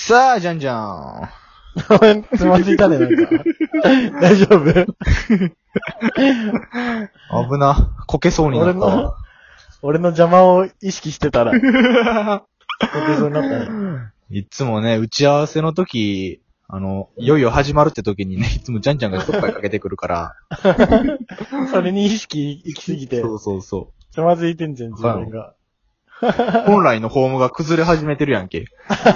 さあ、じゃんじゃん。 つまずいたね、なんか。大丈夫危な。こけそうになったわ。 俺の邪魔を意識してたら、こけそうになったね。 いつもね、打ち合わせの時、いよいよ始まるって時にね、いつもじゃんじゃんが一っぱいかけてくるから。 それに意識行きすぎて、 そうそうそつまずいてんじゃん、自分が。 う。本来のフォームが崩れ始めてるやんけ。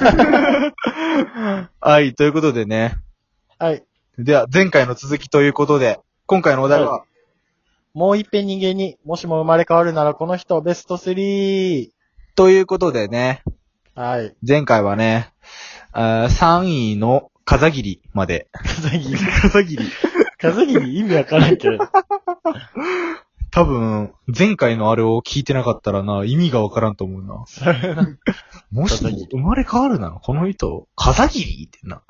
はい、ということでね。 はい。 では、前回の続きということで、今回のお題は、 もう一遍人間に、もしも生まれ変わるならこの人ベスト3。 ということでね、 はい。 前回はね、3位の風切りまで。 風切り。 風切り。 風切り意味わからんけど。 多分、前回のあれを聞いてなかったらな、意味がわからんと思うな。 それな。 もし生まれ変わるなのこの人、風切りってな。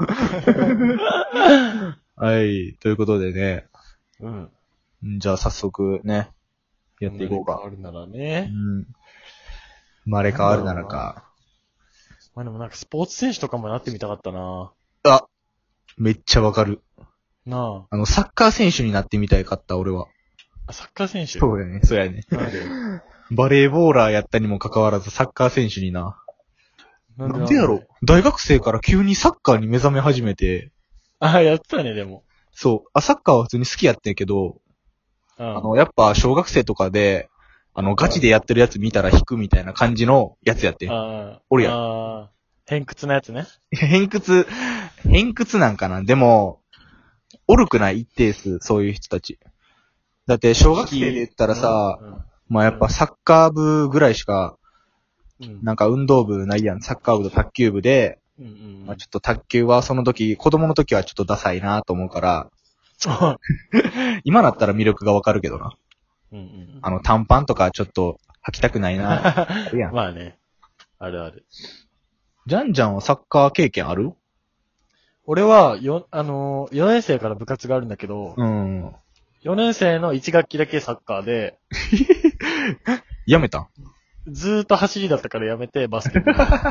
はい、ということでね。 うん。 じゃあ早速ね、やっていこうか。 生まれ変わるならね。 生まれ変わるならか。 まあでもなんかスポーツ選手とかもなってみたかったな。 あ、めっちゃわかる。 なサッカー選手になってみたいかった、俺は。 あ。サッカー選手そうやね、そうやね。 なんでバレーボーラーやったにもかかわらずサッカー選手にな。なんでやろ大学生から急にサッカーに目覚め始めて。 あ、やってたね、でも。 そう。サッカーは普通に好きやってんけど、 うん。 やっぱ小学生とかで、ガチでやってるやつ見たら引くみたいな感じのやつやってん。 ああ。 おるやん。 ああ。偏屈なやつね。 偏屈なんかなでも、おるくない一定数、そういう人たち。だって小学生で言ったらさ、まあやっぱサッカー部ぐらいしか、なんか運動部ないやん。サッカー部と卓球部で、まあちょっと卓球はその時、子供の時はちょっとダサいなと思うから、今だったら魅力がわかるけどな。短パンとかちょっと履きたくないな。あるやん。 まあね。あるある。 ジャンジャンはサッカー経験ある？ 俺は、4年生から部活があるんだけど、 4 年生の1学期だけサッカーで、 やめた？ ずーっと走りだったからやめて、バスケ部。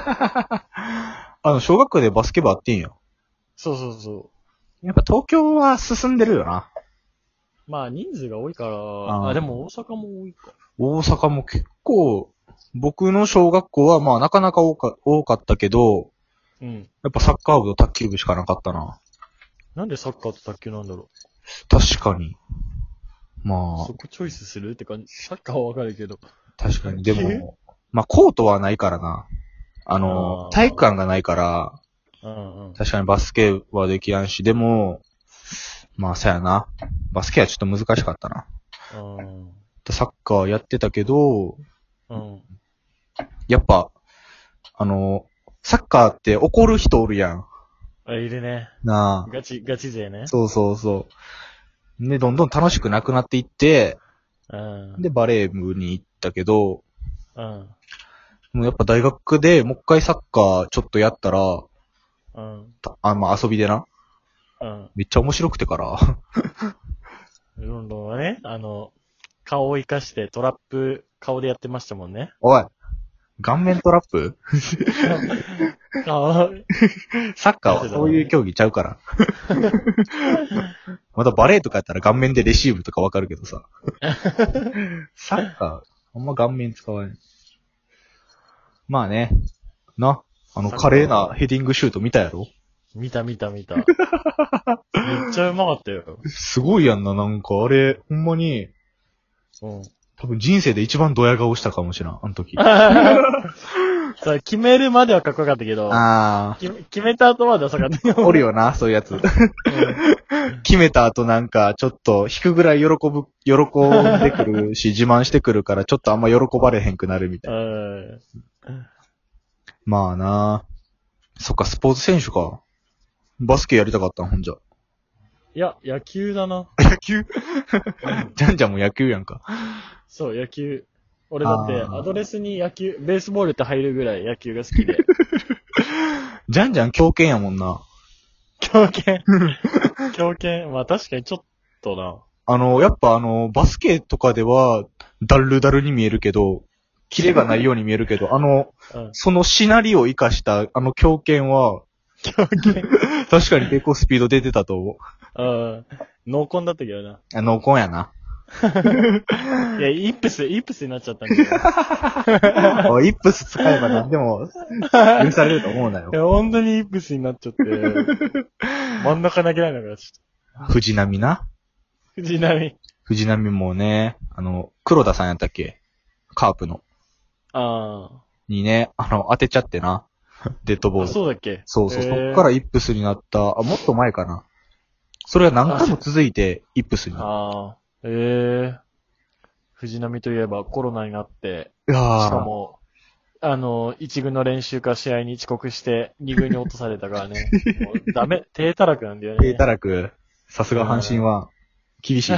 小学校でバスケ部あってんや。 そうそうそやっぱ東京は進んでるよな。 う。まあ人数が多いから、でも大阪も多いか。 大阪も結構、僕の小学校はまあなかなか多かったけど、やっぱサッカー部と卓球部しかなかったな。 なんでサッカーと卓球なんだろ確かに。まう。そこチョイスするってか、サッカーはわかるけど。 確かに。でも、まあコートはないからな。体育館がないから、確かにバスケはできやんし、でも、まあ、そうやな。バスケはちょっと難しかったな。サッカーやってたけど、やっぱ、サッカーって怒る人おるやん。 あ、いるね。 なあ。 ガチ勢ね。 そうそうそう。で、どんどん楽しくなくなっていって、で、バレー部に行ったけど、もうやっぱ大学でもう一回サッカーちょっとやったら、まあ遊びでな。めっちゃ面白くてから。 ロンドンはね、顔を生かしてトラップ、顔でやってましたもんね。 おい。顔面トラップサッカーはそういう競技ちゃうから。またバレーとかやったら顔面でレシーブとかわかるけどさ。サッカー、あんま顔面使わない。まあね。華麗なヘディングシュート見たやろ？ 見た。めっちゃうまかったよ。 すごいやんな、なんかあれ、ほんまに、多分人生で一番ドヤ顔したかもしれん、あの時。 さ、決めるまではかっこよかったけど、決めた後まではさかった。 おるよな、そういうやつ。決めた後なんか、ちょっと引くぐらい喜んでくるし、自慢してくるから、ちょっとあんま喜ばれへんくなるみたいな。まあな。そっか、スポーツ選手か。バスケやりたかったん、ほんじゃ。 いや、野球だな。 野球じゃんじゃんも野球やんか。 そう、野球。俺だって、アドレスにベースボールって入るぐらい野球が好きで。 じゃんじゃん強肩やもんな。 強肩。まあ確かにちょっとな。 やっぱバスケとかでは、ダルダルに見えるけど、キレがないように見えるけど、そのシナリオを活かした強肩は、 狂犬。 確かに結構スピード出てたと思うん。濃紺だったけどな。 う。濃紺やな。 いや、イップスになっちゃったんだよ。 イップス使えば何でも許されると思うなよい。や、本当にイップスになっちゃって、真ん中投げないのが、ちょっ藤波な。 と、藤波。 藤波もね、黒田さんやったっけカープの。 あにね、当てちゃってな。デッドボーあ。 ル。 そうだっけそう。そっからイップスになった。もっと前かな。それは何回も続いて、イップスになっああ。藤波といえばコロナになって、 た。いやーしかも、一軍の練習か試合に遅刻して二軍に落とされたからね。もうダメ、低たらくなんだよね。 低たらく、さすが阪神は、厳しい。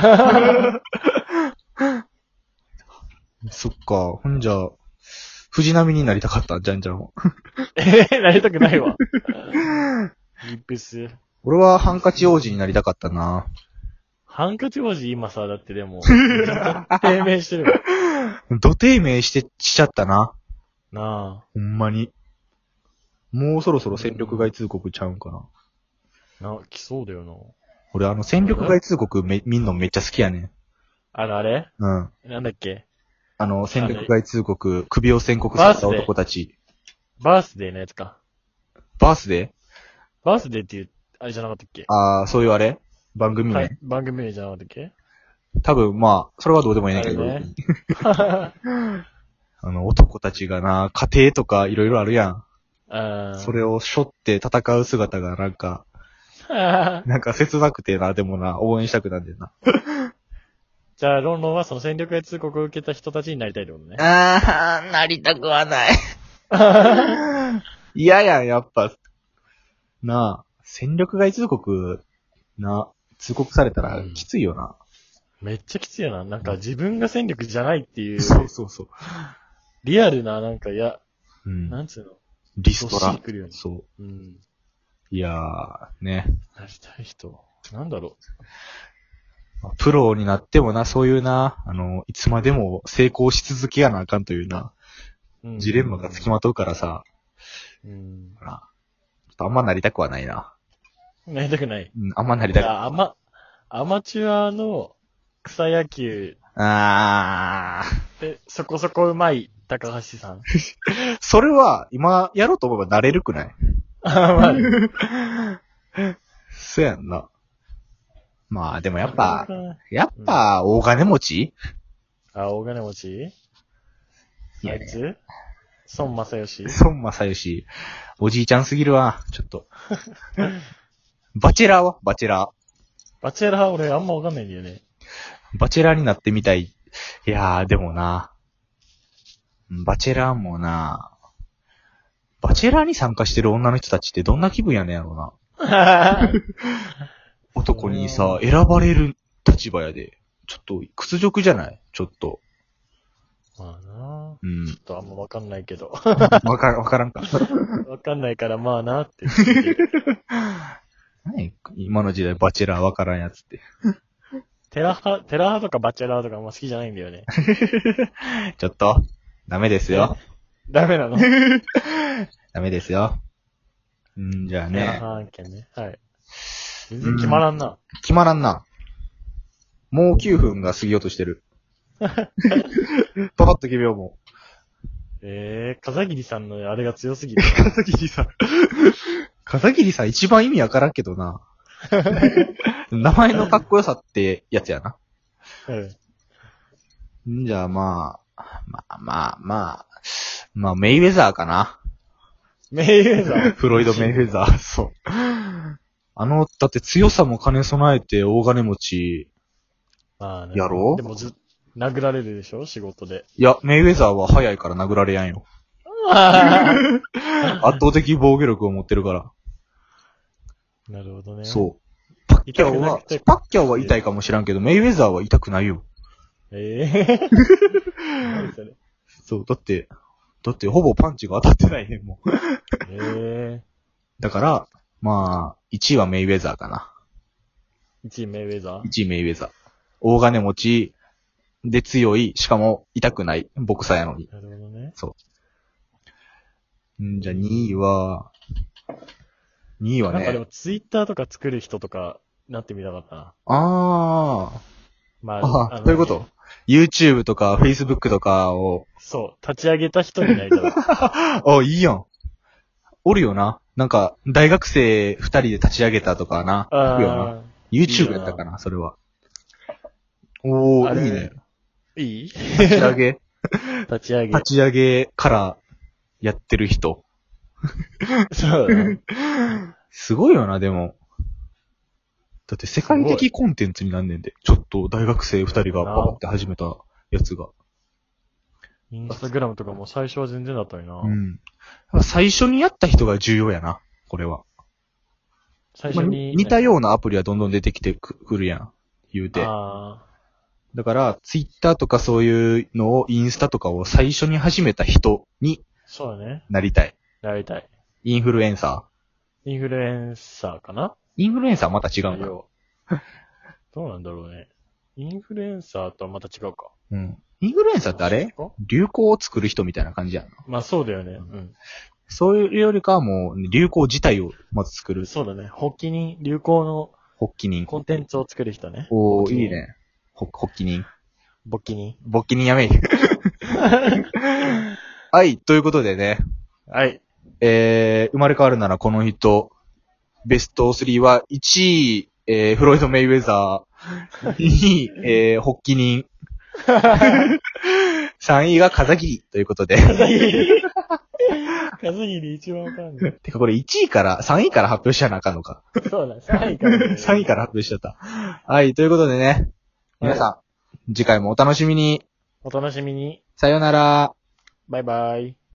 そっか、ほんじゃ、藤波になりたかった、じゃんじゃん。 なりたくないわ。イップス。 俺はハンカチ王子になりたかったな。 ハンカチ王子今さ、だってでも、低迷してるわ。 土低迷しちゃったな。 なほんまに。もうそろそろ戦力外通告ちゃうんかな。 来そうだよな。 俺戦力外通告見んのめっちゃ好きやねん。 あれうん。 なんだっけ戦力外通告、首を宣告された男たち。 バースデーのやつか。 バースデーバースデーっていう、あれじゃなかったっけそういうあれ番組名、 はい。番組名じゃなかったっけ多分まあ、それはどうでもいいねんけど。 あれね男たちがな、家庭とかいろいろあるやん。 あそれを背負って戦う姿がなんか切なくてな、でもな、応援したくなんでな。 じゃあ、ロンロンはその戦力外通告を受けた人たちになりたいってことね。 なりたくはない。嫌やん、やっぱ。なあ、戦力外通告、通告されたらきついよな。 めっちゃきついよな。なんか自分が戦力じゃないっていう、 そうそうそう。 リアルな、なんか、 うん。 なんつうの。 リストラどっしり来るよね。 そう。 うん。 いやー、ね。 なりたい人。なんだろプロになってもな、そういうな、いつまでも成功し続けやなあかんというな、 う。 ジレンマがつきまとうからさ、 うん。 ちょっとあんまなりたくはないな。 なりたくない。 うん、あんまなりたくアマチュアの草野球でそこそこ上手い高橋さん。 それは、今やろうと思えばなれるくないまあ、 そうやんな。まあ、でもやっぱ、大金持ち大金持ちいやあいつ孫正義孫正義。おじいちゃんすぎるわ、ちょっと。バチェラーはバチェラー。 バチェラー俺あんまわかんないんだよね。 バチェラーになってみたい。いやー、でもな。バチェラーもな。バチェラーに参加してる女の人たちってどんな気分やねんやろな。男にさ、選ばれる立場やで。ちょっと、屈辱じゃないちょっと。 まあなうん。 ちょっとあんまわかんないけど。 わからんか。 わかんないからまあなって言ってる。 何今の時代バチェラーわからんやつって。 テラハとかバチェラーとかあんま好きじゃないんだよね。 ちょっと、ダメですよ。 ダメなのダメですよ。じゃあテラね。 ハ案件ね。はい。全然決まらんな。 決まらんな。もう9分が過ぎようとしてる。パパッと決めようも片桐さんのあれが強すぎる。 う。片桐さん。片桐さん一番意味わからんけどな。名前のかっこよさってやつやな。じゃあまあ、メイウェザーかな。 メイウェザーフロイド・メイウェザー。そう。だって強さも兼ね備えて大金持ち。 まあね。 やろでも殴られるでしょ仕事で。 いや、メイウェザーは速いから殴られやんよ。圧倒的防御力を持ってるから。 なるほどね。 そう。パッキャオは痛いかもしらんけど、メイウェザーは痛くないよ。 何それ。 そう、だってほぼパンチが当たってないねんもん。だから、まあ、1位はメイウェザーかな。 1位メイウェザー ?1 位メイウェザー。大金持ちで強い、しかも痛くない、ボクサーやのに。 なるほどね。 そう。じゃあ2位は、 2位はね。 なんかでもツイッターとか作る人とかなってみたかったな。 まあ、そういうこと ?YouTube とか Facebook とかを。 そう、立ち上げた人になりたかった。 いいやん。おるよな。なんか、大学生2人で立ち上げたとかな。いるよな。YouTube やったかな、それは。おー、いいね。 いい立ち上げ立ち上げからやってる人。 そうだね。 すごいよな、でも。だって世界的コンテンツになんねんで。ちょっと大学生2人がパパって始めたやつが。 インスタグラムとかも最初は全然だったよな。 うん。最初にやった人が重要やな、これは。 最初に。 似たようなアプリはどんどん出てきてくるやん。言うて。だから、ツイッターとかそういうのを、インスタとかを最初に始めた人に、 そうだね。 なりたい。 なりたい。 インフルエンサー。インフルエンサーかな？ インフルエンサーまた違うんだ。 どうなんだろうね。インフルエンサーとはまた違うか。 うん。インフルエンサーってあれ？流行を作る人みたいな感じやん。 まあそうだよね。うん。 そういうよりかはもう、流行自体をまず作る。 そうだね。発起人、流行の発起人。 コンテンツを作る人ね。 おー、いいね。発起人。 勃起人。 勃起人やめい。はい、ということでね。 はい。 生まれ変わるならこの人、ベスト3は1位、フロイド・メイウェザー。2位、発起人。3位が風切りということで。 風切り一番わかんない。 てかこれ1位から、3位から発表しちゃなあかんのか。 そうだ、3位から、ね。 3位から発表しちゃった。はい、ということでね。皆さん、次回もお楽しみに。 お楽しみに。 さよなら。 バイバイ。